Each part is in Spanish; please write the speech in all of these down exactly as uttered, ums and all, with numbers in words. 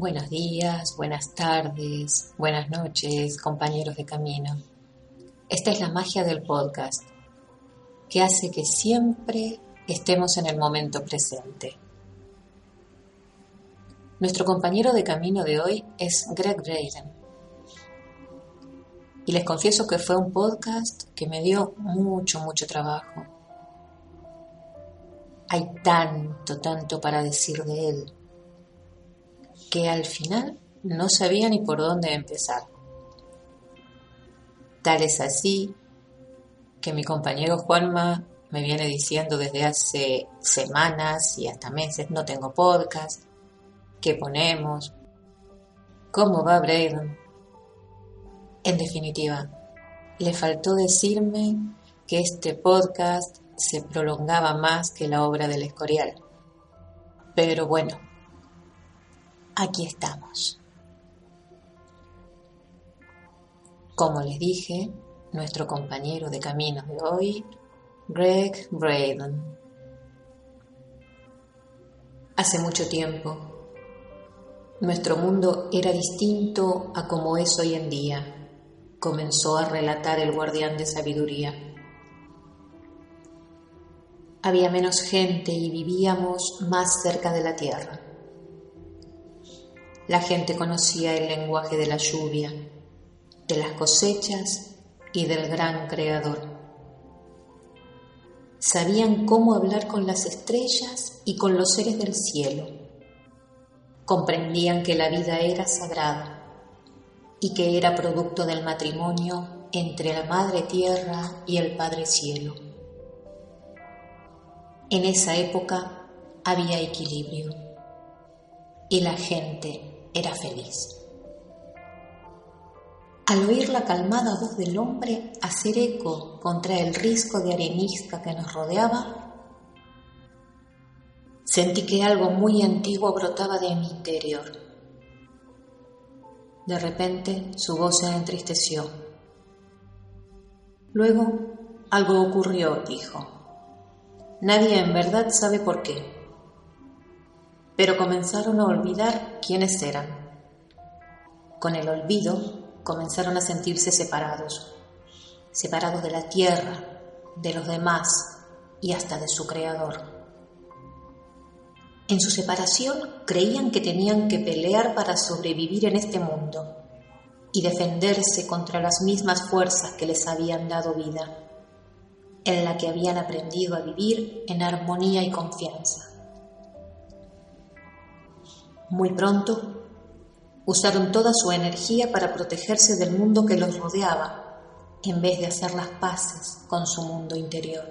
Buenos días, buenas tardes, buenas noches, compañeros de camino. Esta es la magia del podcast, que hace que siempre estemos en el momento presente. Nuestro compañero de camino de hoy es Gregg Braden. Y les confieso que fue un podcast que me dio mucho, mucho trabajo. Hay tanto, tanto para decir de él, que al final no sabía ni por dónde empezar. Tal es así que mi compañero Juanma me viene diciendo desde hace semanas y hasta meses: no tengo podcast, ¿qué ponemos? ¿Cómo va Braden? En definitiva, le faltó decirme que este podcast se prolongaba más que la obra del Escorial. Pero bueno, aquí estamos. Como les dije, nuestro compañero de camino de hoy, Gregg Braden. Hace mucho tiempo, nuestro mundo era distinto a como es hoy en día, comenzó a relatar el guardián de sabiduría. Había menos gente y vivíamos más cerca de la tierra. La gente conocía el lenguaje de la lluvia, de las cosechas y del gran creador. Sabían cómo hablar con las estrellas y con los seres del cielo. Comprendían que la vida era sagrada y que era producto del matrimonio entre la Madre Tierra y el Padre Cielo. En esa época había equilibrio y la gente era feliz. Al oír la calmada voz del hombre hacer eco contra el risco de arenisca que nos rodeaba, sentí que algo muy antiguo brotaba de mi interior. De repente su voz se entristeció. Luego algo ocurrió, dijo. Nadie en verdad sabe por qué, pero comenzaron a olvidar quiénes eran. Con el olvido comenzaron a sentirse separados, separados de la tierra, de los demás y hasta de su creador. En su separación creían que tenían que pelear para sobrevivir en este mundo y defenderse contra las mismas fuerzas que les habían dado vida, en la que habían aprendido a vivir en armonía y confianza. Muy pronto, usaron toda su energía para protegerse del mundo que los rodeaba, en vez de hacer las paces con su mundo interior.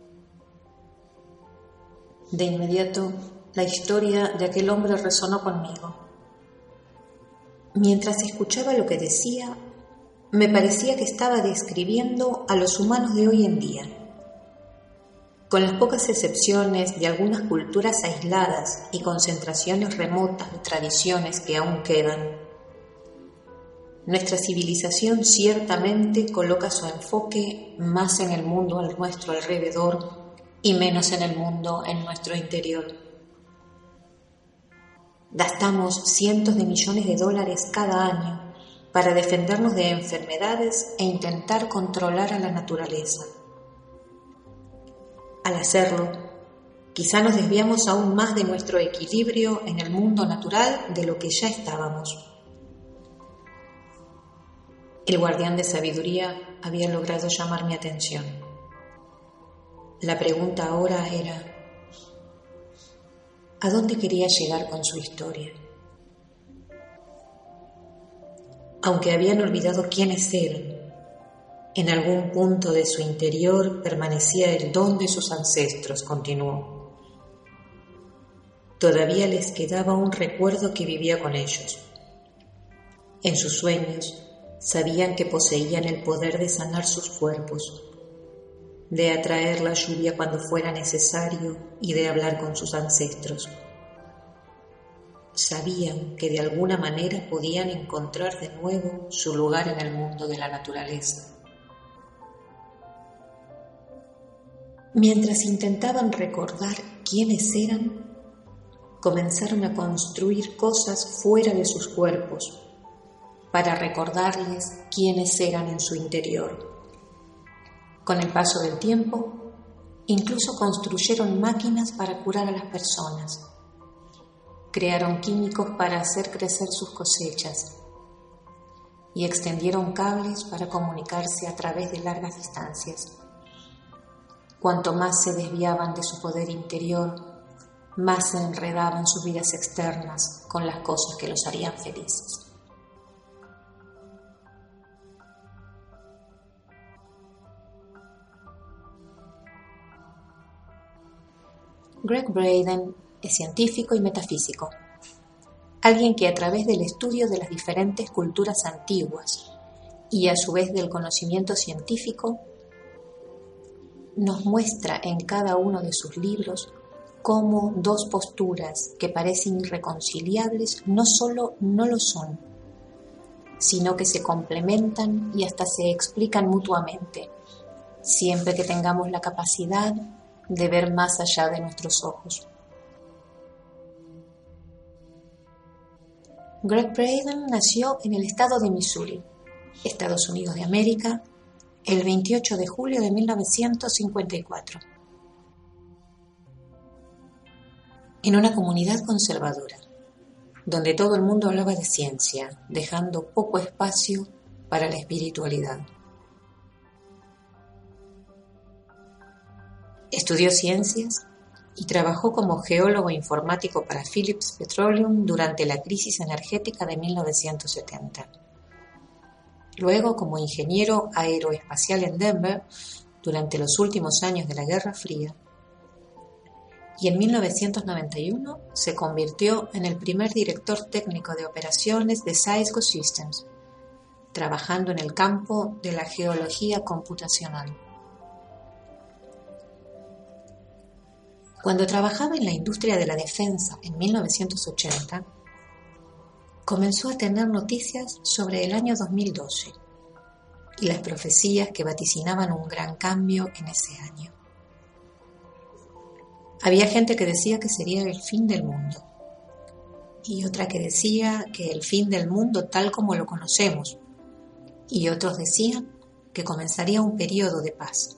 De inmediato, la historia de aquel hombre resonó conmigo. Mientras escuchaba lo que decía, me parecía que estaba describiendo a los humanos de hoy en día. Con las pocas excepciones de algunas culturas aisladas y concentraciones remotas de tradiciones que aún quedan, nuestra civilización ciertamente coloca su enfoque más en el mundo a nuestro alrededor y menos en el mundo en nuestro interior. Gastamos cientos de millones de dólares cada año para defendernos de enfermedades e intentar controlar a la naturaleza. Al hacerlo, quizá nos desviamos aún más de nuestro equilibrio en el mundo natural de lo que ya estábamos. El guardián de sabiduría había logrado llamar mi atención. La pregunta ahora era: ¿a dónde quería llegar con su historia? Aunque habían olvidado quiénes eran, en algún punto de su interior permanecía el don de sus ancestros, continuó. Todavía les quedaba un recuerdo que vivía con ellos. En sus sueños sabían que poseían el poder de sanar sus cuerpos, de atraer la lluvia cuando fuera necesario y de hablar con sus ancestros. Sabían que de alguna manera podían encontrar de nuevo su lugar en el mundo de la naturaleza. Mientras intentaban recordar quiénes eran, comenzaron a construir cosas fuera de sus cuerpos para recordarles quiénes eran en su interior. Con el paso del tiempo, incluso construyeron máquinas para curar a las personas. Crearon químicos para hacer crecer sus cosechas y extendieron cables para comunicarse a través de largas distancias. Cuanto más se desviaban de su poder interior, más se enredaban sus vidas externas con las cosas que los harían felices. Gregg Braden es científico y metafísico, alguien que a través del estudio de las diferentes culturas antiguas y a su vez del conocimiento científico nos muestra en cada uno de sus libros cómo dos posturas que parecen irreconciliables no solo no lo son, sino que se complementan y hasta se explican mutuamente, siempre que tengamos la capacidad de ver más allá de nuestros ojos. Gregg Braden nació en el estado de Missouri, Estados Unidos de América, el veintiocho de julio de mil novecientos cincuenta y cuatro. En una comunidad conservadora, donde todo el mundo hablaba de ciencia, dejando poco espacio para la espiritualidad. Estudió ciencias y trabajó como geólogo informático para Phillips Petroleum durante la crisis energética de mil novecientos setenta. Luego como ingeniero aeroespacial en Denver durante los últimos años de la Guerra Fría. Y en mil novecientos noventa y uno se convirtió en el primer director técnico de operaciones de Cisco Systems, trabajando en el campo de la geología computacional. Cuando trabajaba en la industria de la defensa en mil novecientos ochenta, comenzó a tener noticias sobre el año dos mil doce y las profecías que vaticinaban un gran cambio en ese año. Había gente que decía que sería el fin del mundo y otra que decía que el fin del mundo tal como lo conocemos y otros decían que comenzaría un periodo de paz.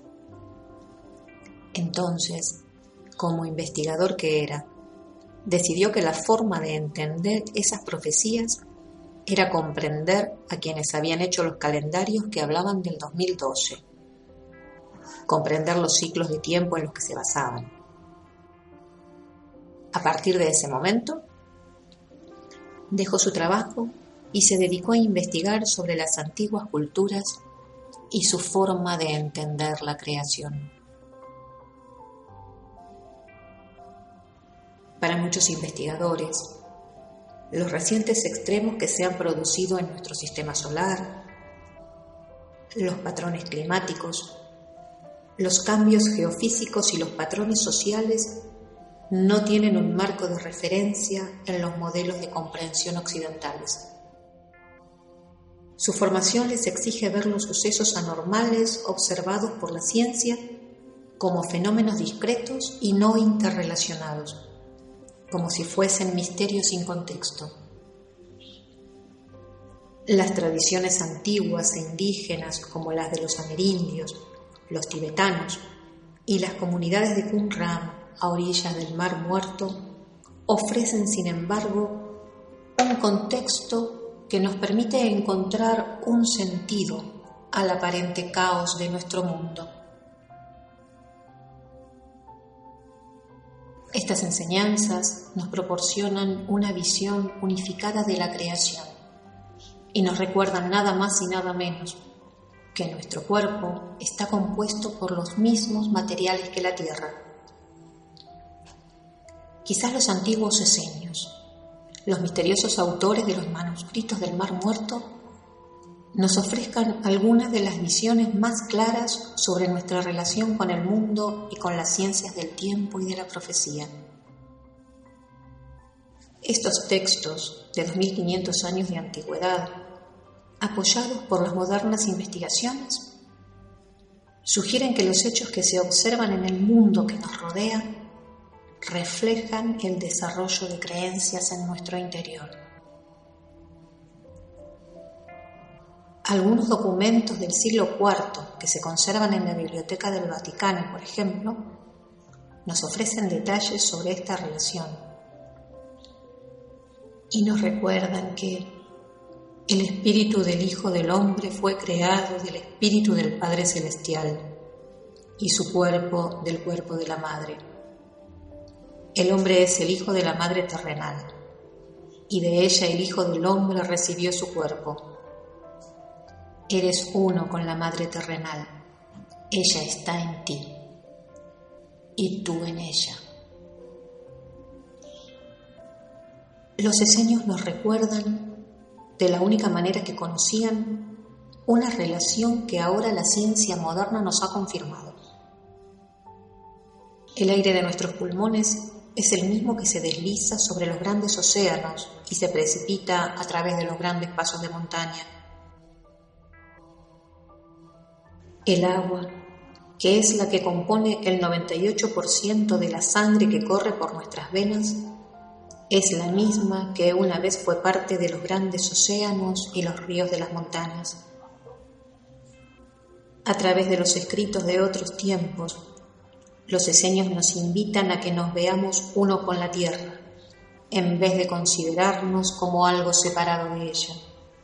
Entonces, como investigador que era, decidió que la forma de entender esas profecías era comprender a quienes habían hecho los calendarios que hablaban del dos mil doce, comprender los ciclos de tiempo en los que se basaban. A partir de ese momento, dejó su trabajo y se dedicó a investigar sobre las antiguas culturas y su forma de entender la creación. Para muchos investigadores, los recientes extremos que se han producido en nuestro sistema solar, los patrones climáticos, los cambios geofísicos y los patrones sociales no tienen un marco de referencia en los modelos de comprensión occidentales. Su formación les exige ver los sucesos anormales observados por la ciencia como fenómenos discretos y no interrelacionados, como si fuesen misterios sin contexto. Las tradiciones antiguas e indígenas, como las de los amerindios, los tibetanos y las comunidades de Qumran a orillas del Mar Muerto, ofrecen, sin embargo, un contexto que nos permite encontrar un sentido al aparente caos de nuestro mundo. Estas enseñanzas nos proporcionan una visión unificada de la creación y nos recuerdan nada más y nada menos que nuestro cuerpo está compuesto por los mismos materiales que la Tierra. Quizás los antiguos esenios, los misteriosos autores de los manuscritos del Mar Muerto, nos ofrezcan algunas de las visiones más claras sobre nuestra relación con el mundo y con las ciencias del tiempo y de la profecía. Estos textos de dos mil quinientos años de antigüedad, apoyados por las modernas investigaciones, sugieren que los hechos que se observan en el mundo que nos rodea reflejan el desarrollo de creencias en nuestro interior. Algunos documentos del siglo cuarto que se conservan en la Biblioteca del Vaticano, por ejemplo, nos ofrecen detalles sobre esta relación y nos recuerdan que el espíritu del Hijo del Hombre fue creado del espíritu del Padre Celestial y su cuerpo del cuerpo de la Madre. El hombre es el hijo de la Madre terrenal y de ella el Hijo del Hombre recibió su cuerpo. Eres uno con la Madre terrenal, ella está en ti y tú en ella. Los esenios nos recuerdan, de la única manera que conocían, una relación que ahora la ciencia moderna nos ha confirmado. El aire de nuestros pulmones es el mismo que se desliza sobre los grandes océanos y se precipita a través de los grandes pasos de montaña. El agua, que es la que compone el noventa y ocho por ciento de la sangre que corre por nuestras venas, es la misma que una vez fue parte de los grandes océanos y los ríos de las montañas. A través de los escritos de otros tiempos, los esenios nos invitan a que nos veamos uno con la tierra, en vez de considerarnos como algo separado de ella.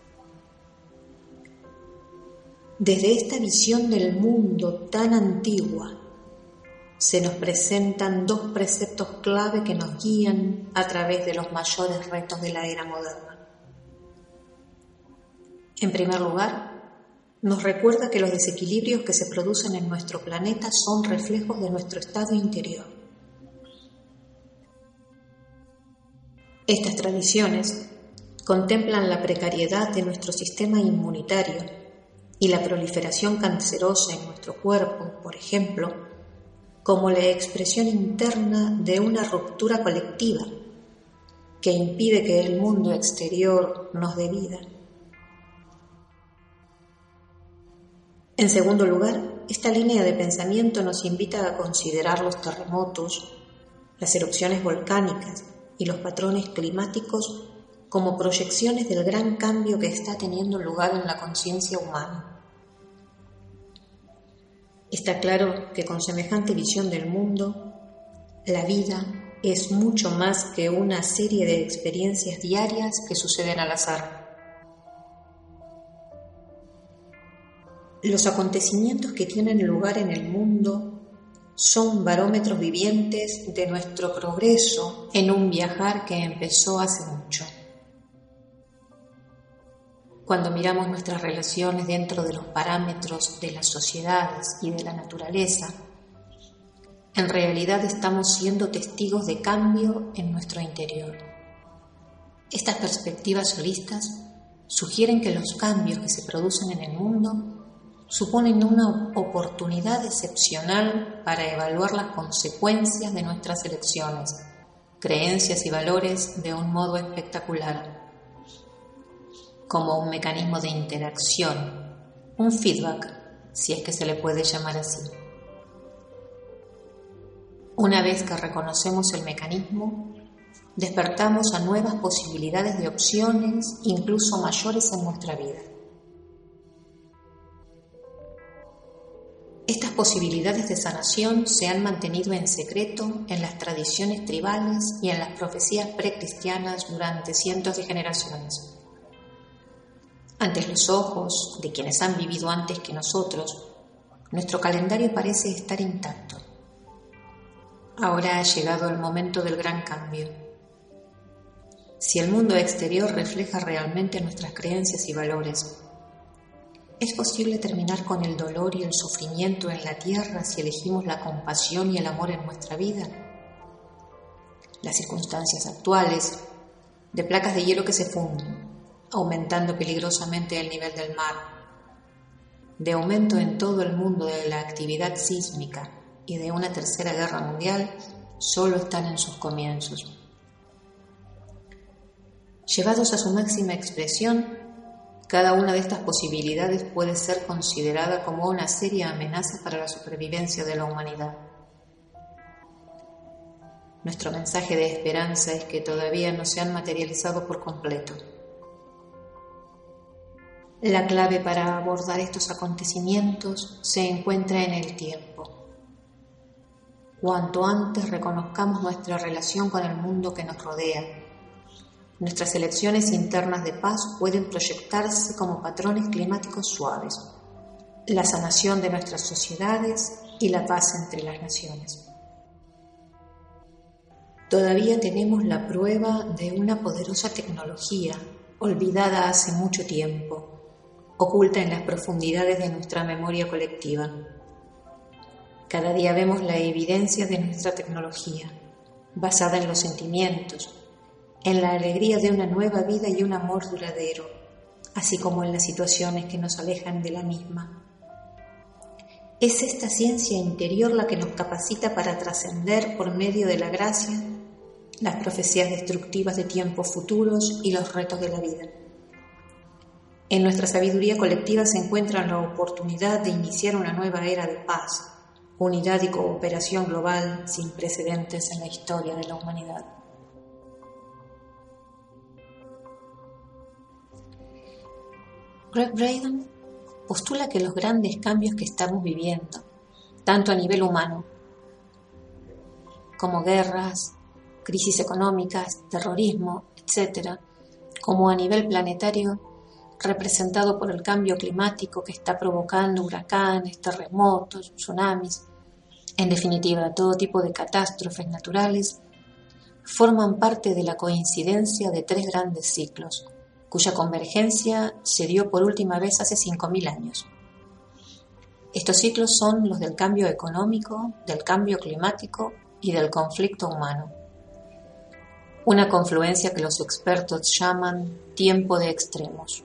Desde esta visión del mundo tan antigua, se nos presentan dos preceptos clave que nos guían a través de los mayores retos de la era moderna. En primer lugar, nos recuerda que los desequilibrios que se producen en nuestro planeta son reflejos de nuestro estado interior. Estas tradiciones contemplan la precariedad de nuestro sistema inmunitario y la proliferación cancerosa en nuestro cuerpo, por ejemplo, como la expresión interna de una ruptura colectiva que impide que el mundo exterior nos dé vida. En segundo lugar, esta línea de pensamiento nos invita a considerar los terremotos, las erupciones volcánicas y los patrones climáticos como proyecciones del gran cambio que está teniendo lugar en la conciencia humana. Está claro que con semejante visión del mundo, la vida es mucho más que una serie de experiencias diarias que suceden al azar. Los acontecimientos que tienen lugar en el mundo son barómetros vivientes de nuestro progreso en un viajar que empezó hace mucho. Cuando miramos nuestras relaciones dentro de los parámetros de las sociedades y de la naturaleza, en realidad estamos siendo testigos de cambio en nuestro interior. Estas perspectivas holistas sugieren que los cambios que se producen en el mundo suponen una oportunidad excepcional para evaluar las consecuencias de nuestras elecciones, creencias y valores de un modo espectacular, como un mecanismo de interacción, un feedback, si es que se le puede llamar así. Una vez que reconocemos el mecanismo, despertamos a nuevas posibilidades de opciones, incluso mayores en nuestra vida. Estas posibilidades de sanación se han mantenido en secreto en las tradiciones tribales y en las profecías precristianas durante cientos de generaciones. Ante los ojos de quienes han vivido antes que nosotros, nuestro calendario parece estar intacto. Ahora ha llegado el momento del gran cambio. Si el mundo exterior refleja realmente nuestras creencias y valores, ¿es posible terminar con el dolor y el sufrimiento en la tierra si elegimos la compasión y el amor en nuestra vida? Las circunstancias actuales, de placas de hielo que se funden, aumentando peligrosamente el nivel del mar, de aumento en todo el mundo de la actividad sísmica y de una tercera guerra mundial, solo están en sus comienzos. Llevados a su máxima expresión, cada una de estas posibilidades puede ser considerada como una seria amenaza para la supervivencia de la humanidad. Nuestro mensaje de esperanza es que todavía no se han materializado por completo. La clave para abordar estos acontecimientos se encuentra en el tiempo. Cuanto antes reconozcamos nuestra relación con el mundo que nos rodea, nuestras elecciones internas de paz pueden proyectarse como patrones climáticos suaves, la sanación de nuestras sociedades y la paz entre las naciones. Todavía tenemos la prueba de una poderosa tecnología, olvidada hace mucho tiempo, oculta en las profundidades de nuestra memoria colectiva. Cada día vemos la evidencia de nuestra tecnología, basada en los sentimientos, en la alegría de una nueva vida y un amor duradero, así como en las situaciones que nos alejan de la misma. Es esta ciencia interior la que nos capacita para trascender por medio de la gracia las profecías destructivas de tiempos futuros y los retos de la vida. En nuestra sabiduría colectiva se encuentra la oportunidad de iniciar una nueva era de paz, unidad y cooperación global sin precedentes en la historia de la humanidad. Gregg Braden postula que los grandes cambios que estamos viviendo, tanto a nivel humano, como guerras, crisis económicas, terrorismo, etcétera, como a nivel planetario, representado por el cambio climático que está provocando huracanes, terremotos, tsunamis, en definitiva, todo tipo de catástrofes naturales, forman parte de la coincidencia de tres grandes ciclos, cuya convergencia se dio por última vez hace cinco mil años. Estos ciclos son los del cambio económico, del cambio climático y del conflicto humano. Una confluencia que los expertos llaman tiempo de extremos.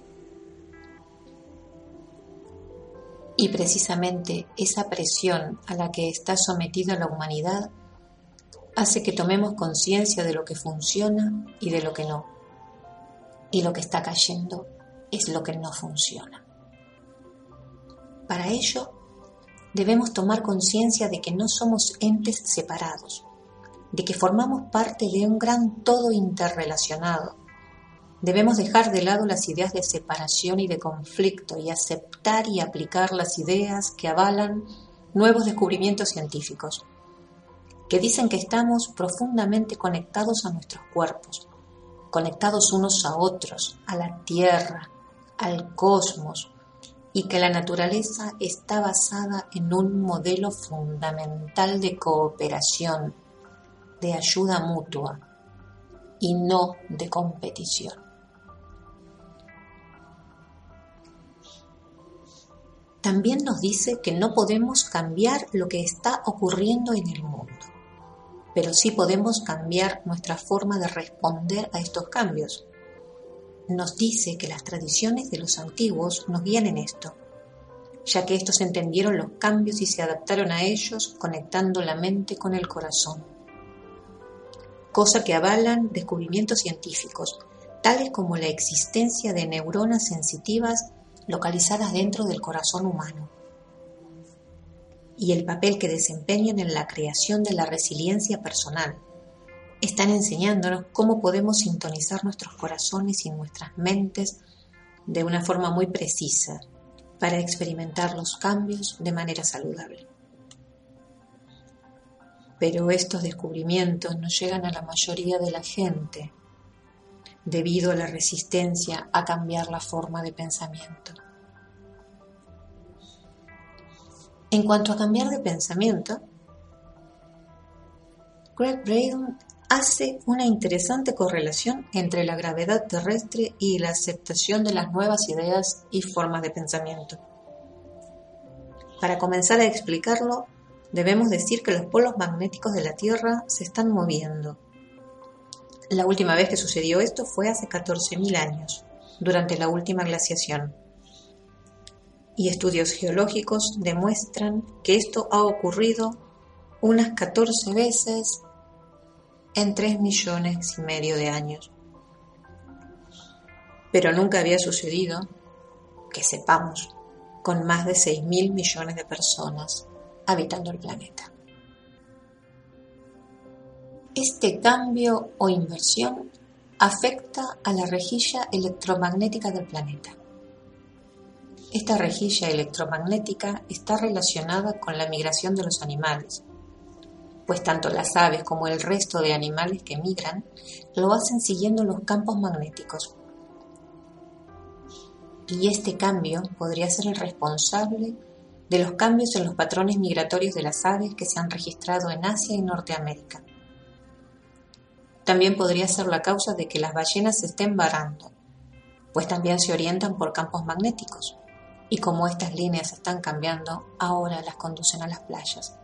Y precisamente esa presión a la que está sometida la humanidad hace que tomemos conciencia de lo que funciona y de lo que no. Y lo que está cayendo es lo que no funciona. Para ello, debemos tomar conciencia de que no somos entes separados, de que formamos parte de un gran todo interrelacionado. Debemos dejar de lado las ideas de separación y de conflicto y aceptar y aplicar las ideas que avalan nuevos descubrimientos científicos, que dicen que estamos profundamente conectados a nuestros cuerpos, conectados unos a otros, a la Tierra, al cosmos, y que la naturaleza está basada en un modelo fundamental de cooperación, de ayuda mutua y no de competición. También nos dice que no podemos cambiar lo que está ocurriendo en el mundo, pero sí podemos cambiar nuestra forma de responder a estos cambios. Nos dice que las tradiciones de los antiguos nos guían en esto, ya que estos entendieron los cambios y se adaptaron a ellos conectando la mente con el corazón, cosa que avalan descubrimientos científicos, tales como la existencia de neuronas sensitivas localizadas dentro del corazón humano, y el papel que desempeñan en la creación de la resiliencia personal. Están enseñándonos cómo podemos sintonizar nuestros corazones y nuestras mentes de una forma muy precisa para experimentar los cambios de manera saludable. Pero estos descubrimientos no llegan a la mayoría de la gente debido a la resistencia a cambiar la forma de pensamiento. En cuanto a cambiar de pensamiento, Gregg Braden hace una interesante correlación entre la gravedad terrestre y la aceptación de las nuevas ideas y formas de pensamiento. Para comenzar a explicarlo, debemos decir que los polos magnéticos de la Tierra se están moviendo. La última vez que sucedió esto fue hace catorce mil años, durante la última glaciación. Y estudios geológicos demuestran que esto ha ocurrido unas catorce veces en tres millones y medio de años. Pero nunca había sucedido, que sepamos, con más de seis mil millones de personas habitando el planeta. Este cambio o inversión afecta a la rejilla electromagnética del planeta. Esta rejilla electromagnética está relacionada con la migración de los animales, pues tanto las aves como el resto de animales que migran lo hacen siguiendo los campos magnéticos. Y este cambio podría ser el responsable de los cambios en los patrones migratorios de las aves que se han registrado en Asia y Norteamérica. También podría ser la causa de que las ballenas se estén varando, pues también se orientan por campos magnéticos, y como estas líneas están cambiando, ahora las conducen a las playas.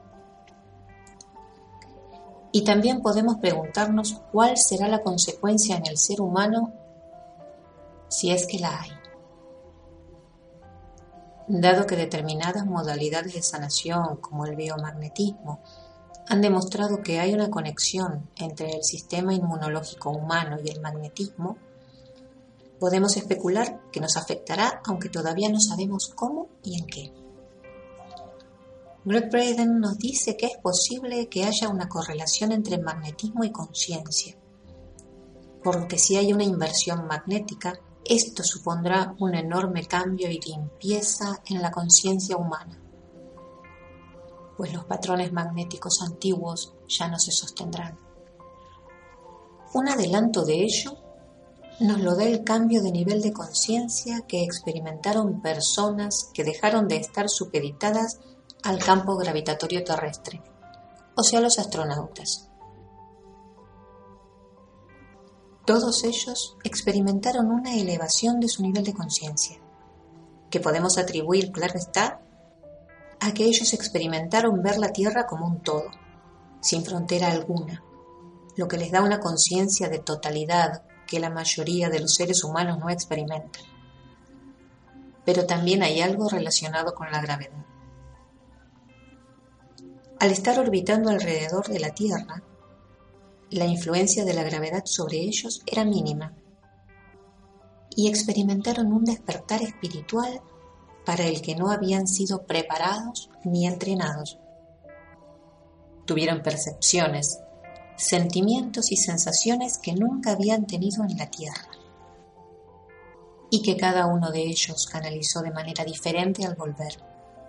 Y también podemos preguntarnos cuál será la consecuencia en el ser humano si es que la hay. Dado que determinadas modalidades de sanación, como el biomagnetismo, han demostrado que hay una conexión entre el sistema inmunológico humano y el magnetismo, podemos especular que nos afectará, aunque todavía no sabemos cómo y en qué. Gregg Braden nos dice que es posible que haya una correlación entre magnetismo y conciencia, porque si hay una inversión magnética, esto supondrá un enorme cambio y limpieza en la conciencia humana, pues los patrones magnéticos antiguos ya no se sostendrán. Un adelanto de ello nos lo da el cambio de nivel de conciencia que experimentaron personas que dejaron de estar supeditadas al campo gravitatorio terrestre, o sea, los astronautas. Todos ellos experimentaron una elevación de su nivel de conciencia, que podemos atribuir, claro está, a que ellos experimentaron ver la Tierra como un todo, sin frontera alguna, lo que les da una conciencia de totalidad que la mayoría de los seres humanos no experimentan. Pero también hay algo relacionado con la gravedad. Al estar orbitando alrededor de la Tierra, la influencia de la gravedad sobre ellos era mínima y experimentaron un despertar espiritual para el que no habían sido preparados ni entrenados. Tuvieron percepciones, sentimientos y sensaciones que nunca habían tenido en la Tierra y que cada uno de ellos canalizó de manera diferente al volver.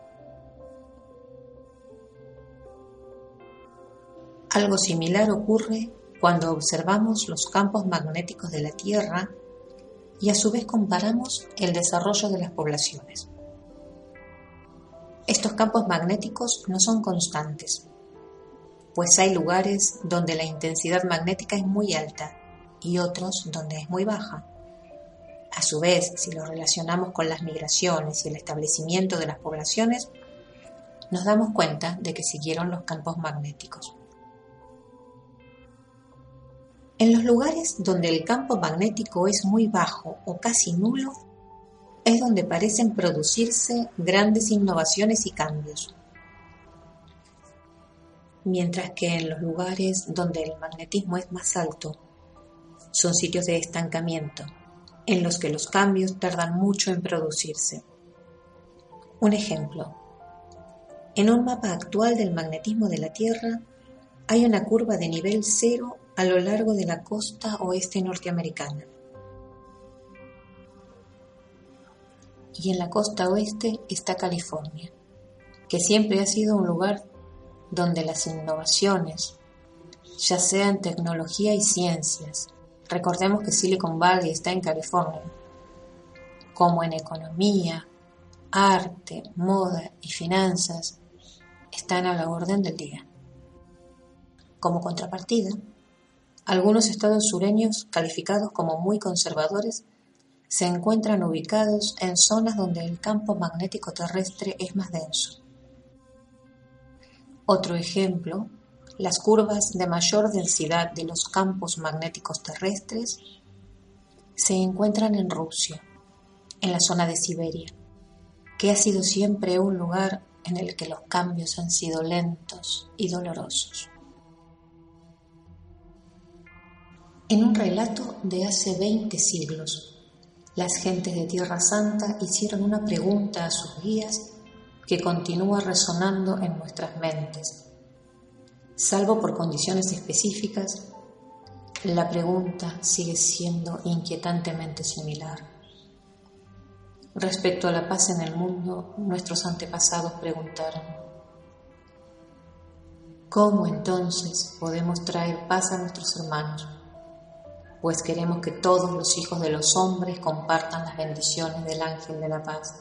Algo similar ocurre cuando observamos los campos magnéticos de la Tierra y a su vez comparamos el desarrollo de las poblaciones. Estos campos magnéticos no son constantes, pues hay lugares donde la intensidad magnética es muy alta y otros donde es muy baja. A su vez, si lo relacionamos con las migraciones y el establecimiento de las poblaciones, nos damos cuenta de que siguieron los campos magnéticos. En los lugares donde el campo magnético es muy bajo o casi nulo, es donde parecen producirse grandes innovaciones y cambios. Mientras que en los lugares donde el magnetismo es más alto, son sitios de estancamiento, en los que los cambios tardan mucho en producirse. Un ejemplo. En un mapa actual del magnetismo de la Tierra, hay una curva de nivel cero a lo largo de la costa oeste norteamericana. Y en la costa oeste está California, que siempre ha sido un lugar donde las innovaciones, ya sea en tecnología y ciencias, recordemos que Silicon Valley está en California, como en economía, arte, moda y finanzas, están a la orden del día. Como contrapartida, algunos estados sureños calificados como muy conservadores se encuentran ubicados en zonas donde el campo magnético terrestre es más denso. Otro ejemplo, las curvas de mayor densidad de los campos magnéticos terrestres se encuentran en Rusia, en la zona de Siberia, que ha sido siempre un lugar en el que los cambios han sido lentos y dolorosos. En un relato de hace veinte siglos, las gentes de Tierra Santa hicieron una pregunta a sus guías que continúa resonando en nuestras mentes. Salvo por condiciones específicas, la pregunta sigue siendo inquietantemente similar. Respecto a la paz en el mundo, nuestros antepasados preguntaron: ¿cómo entonces podemos traer paz a nuestros hermanos? Pues queremos que todos los hijos de los hombres compartan las bendiciones del ángel de la paz.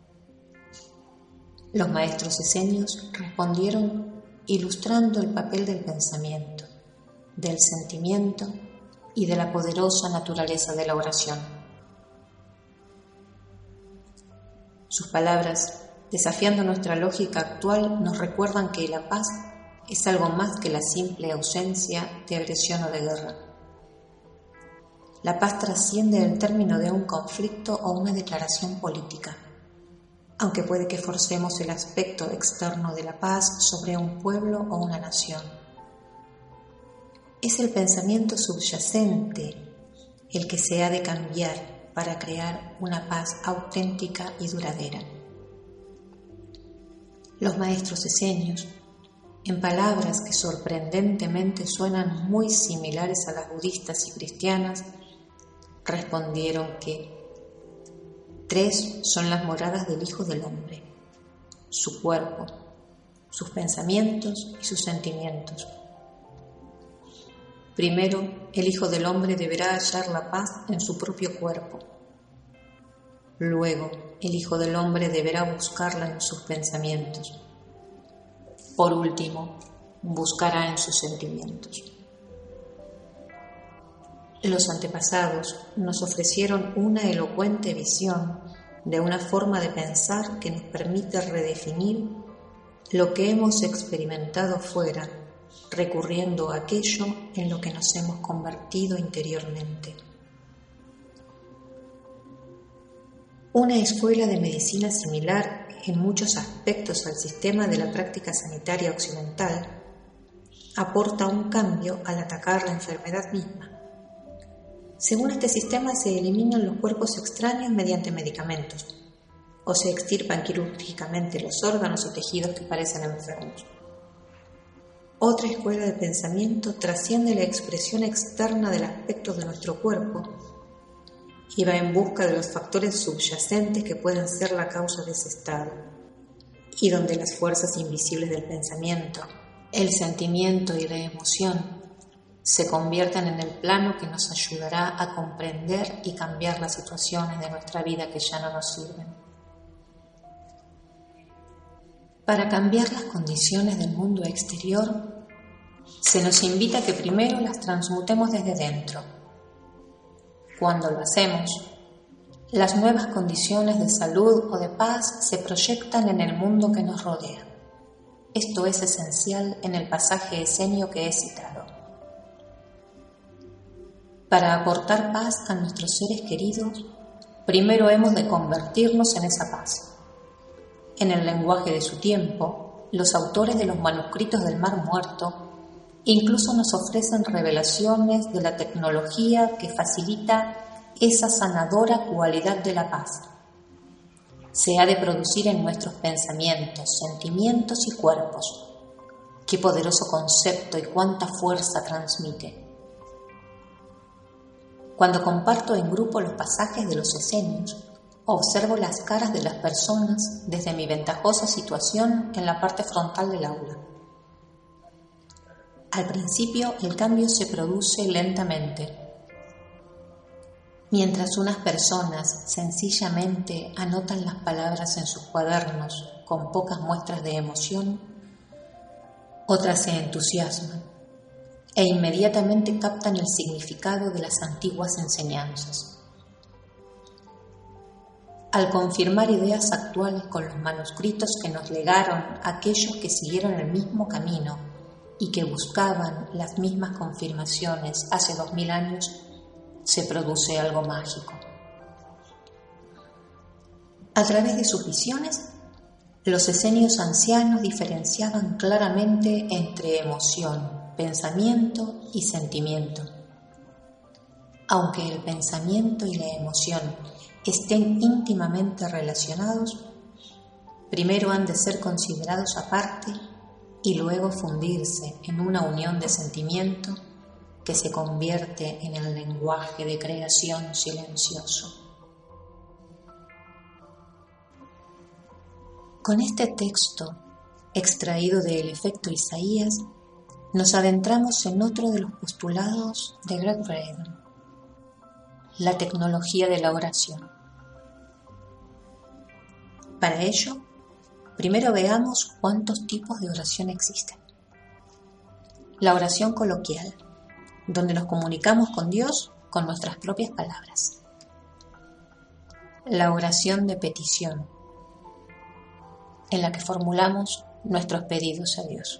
Los maestros esenios respondieron ilustrando el papel del pensamiento, del sentimiento y de la poderosa naturaleza de la oración. Sus palabras, desafiando nuestra lógica actual, nos recuerdan que la paz es algo más que la simple ausencia de agresión o de guerra. La paz trasciende el término de un conflicto o una declaración política, aunque puede que forcemos el aspecto externo de la paz sobre un pueblo o una nación. Es el pensamiento subyacente el que se ha de cambiar para crear una paz auténtica y duradera. Los maestros esenios, en palabras que sorprendentemente suenan muy similares a las budistas y cristianas, respondieron que tres son las moradas del Hijo del Hombre: su cuerpo, sus pensamientos y sus sentimientos. Primero, el Hijo del Hombre deberá hallar la paz en su propio cuerpo. Luego, el Hijo del Hombre deberá buscarla en sus pensamientos. Por último, buscará en sus sentimientos. Los antepasados nos ofrecieron una elocuente visión de una forma de pensar que nos permite redefinir lo que hemos experimentado fuera, recurriendo a aquello en lo que nos hemos convertido interiormente. Una escuela de medicina similar en muchos aspectos al sistema de la práctica sanitaria occidental aporta un cambio al atacar la enfermedad misma. Según este sistema se eliminan los cuerpos extraños mediante medicamentos o se extirpan quirúrgicamente los órganos o tejidos que parecen enfermos. Otra escuela de pensamiento trasciende la expresión externa del aspecto de nuestro cuerpo y va en busca de los factores subyacentes que pueden ser la causa de ese estado, y donde las fuerzas invisibles del pensamiento, el sentimiento y la emoción se convierten en el plano que nos ayudará a comprender y cambiar las situaciones de nuestra vida que ya no nos sirven. Para cambiar las condiciones del mundo exterior, se nos invita a que primero las transmutemos desde dentro. Cuando lo hacemos, las nuevas condiciones de salud o de paz se proyectan en el mundo que nos rodea. Esto es esencial en el pasaje esenio que he citado. Para aportar paz a nuestros seres queridos, primero hemos de convertirnos en esa paz. En el lenguaje de su tiempo, los autores de los manuscritos del Mar Muerto incluso nos ofrecen revelaciones de la tecnología que facilita esa sanadora cualidad de la paz. Se ha de producir en nuestros pensamientos, sentimientos y cuerpos. Qué poderoso concepto y cuánta fuerza transmite. Cuando comparto en grupo los pasajes de los esenios, observo las caras de las personas desde mi ventajosa situación en la parte frontal del aula. Al principio el cambio se produce lentamente. Mientras unas personas sencillamente anotan las palabras en sus cuadernos con pocas muestras de emoción, otras se entusiasman e inmediatamente captan el significado de las antiguas enseñanzas. Al confirmar ideas actuales con los manuscritos que nos legaron aquellos que siguieron el mismo camino y que buscaban las mismas confirmaciones hace dos mil años, se produce algo mágico. A través de sus visiones, los esenios ancianos diferenciaban claramente entre emoción, pensamiento y sentimiento. Aunque el pensamiento y la emoción estén íntimamente relacionados, primero han de ser considerados aparte y luego fundirse en una unión de sentimiento que se convierte en el lenguaje de creación silencioso. Con este texto, extraído del efecto Isaías, nos adentramos en otro de los postulados de Gregg Braden, la tecnología de la oración. Para ello, primero veamos cuántos tipos de oración existen. La oración coloquial, donde nos comunicamos con Dios con nuestras propias palabras. La oración de petición, en la que formulamos nuestros pedidos a Dios.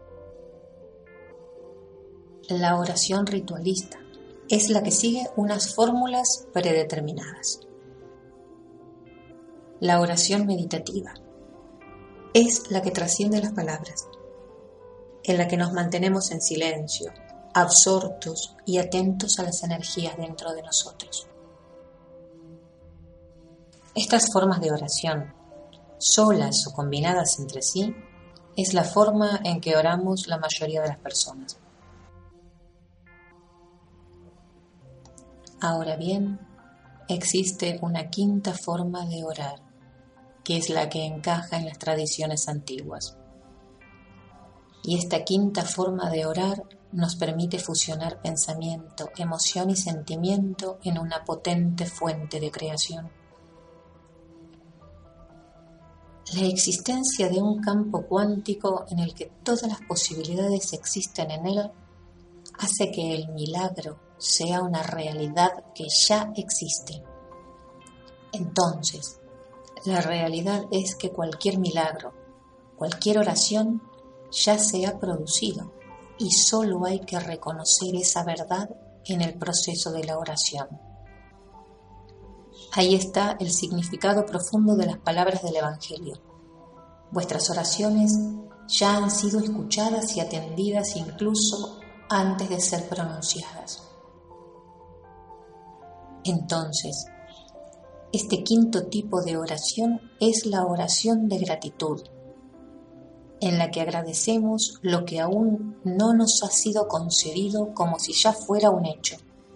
La oración ritualista es la que sigue unas fórmulas predeterminadas. La oración meditativa es la que trasciende las palabras, en la que nos mantenemos en silencio, absortos y atentos a las energías dentro de nosotros. Estas formas de oración, solas o combinadas entre sí, es la forma en que oramos la mayoría de las personas. Ahora bien, existe una quinta forma de orar, que es la que encaja en las tradiciones antiguas. Y esta quinta forma de orar nos permite fusionar pensamiento, emoción y sentimiento en una potente fuente de creación. La existencia de un campo cuántico en el que todas las posibilidades existen en él hace que el milagro sea una realidad que ya existe. Entonces, la realidad es que cualquier milagro, cualquier oración ya se ha producido y solo hay que reconocer esa verdad en el proceso de la oración. Ahí está el significado profundo de las palabras del Evangelio. Vuestras oraciones ya han sido escuchadas y atendidas incluso antes de ser pronunciadas. Entonces, este quinto tipo de oración es la oración de gratitud, en la que agradecemos lo que aún no nos ha sido concedido como si ya fuera un hecho.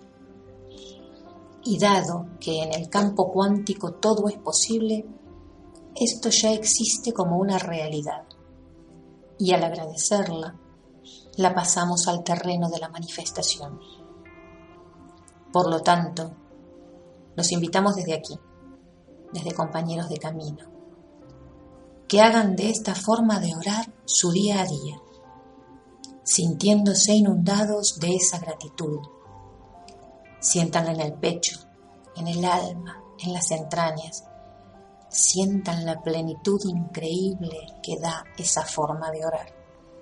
Y dado que en el campo cuántico todo es posible, esto ya existe como una realidad, y al agradecerla, la pasamos al terreno de la manifestación. Por lo tanto, los invitamos desde aquí, desde Compañeros de Camino, que hagan de esta forma de orar su día a día, sintiéndose inundados de esa gratitud. Siéntanla en el pecho, en el alma, en las entrañas. Sientan la plenitud increíble que da esa forma de orar.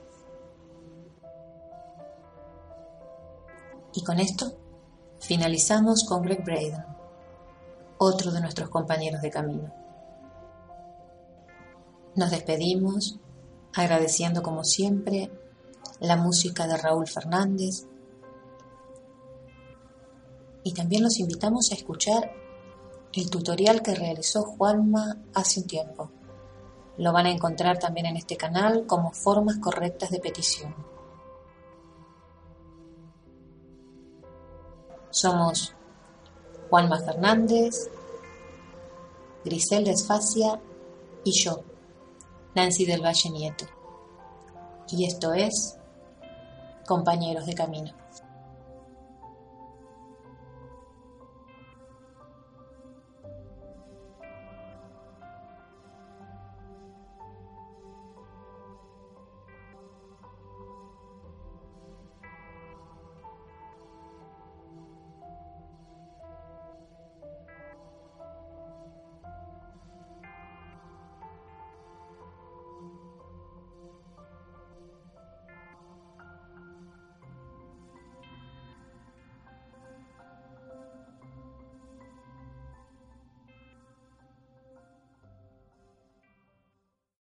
Y con esto finalizamos con Gregg Braden, otro de nuestros compañeros de camino. Nos despedimos agradeciendo como siempre la música de Raúl Fernández y también los invitamos a escuchar el tutorial que realizó Juanma hace un tiempo. Lo van a encontrar también en este canal como formas correctas de petición. Somos Juanma Fernández, Griselda Esfacia y yo, Nancy del Valle Nieto. Y esto es Compañeros de Camino.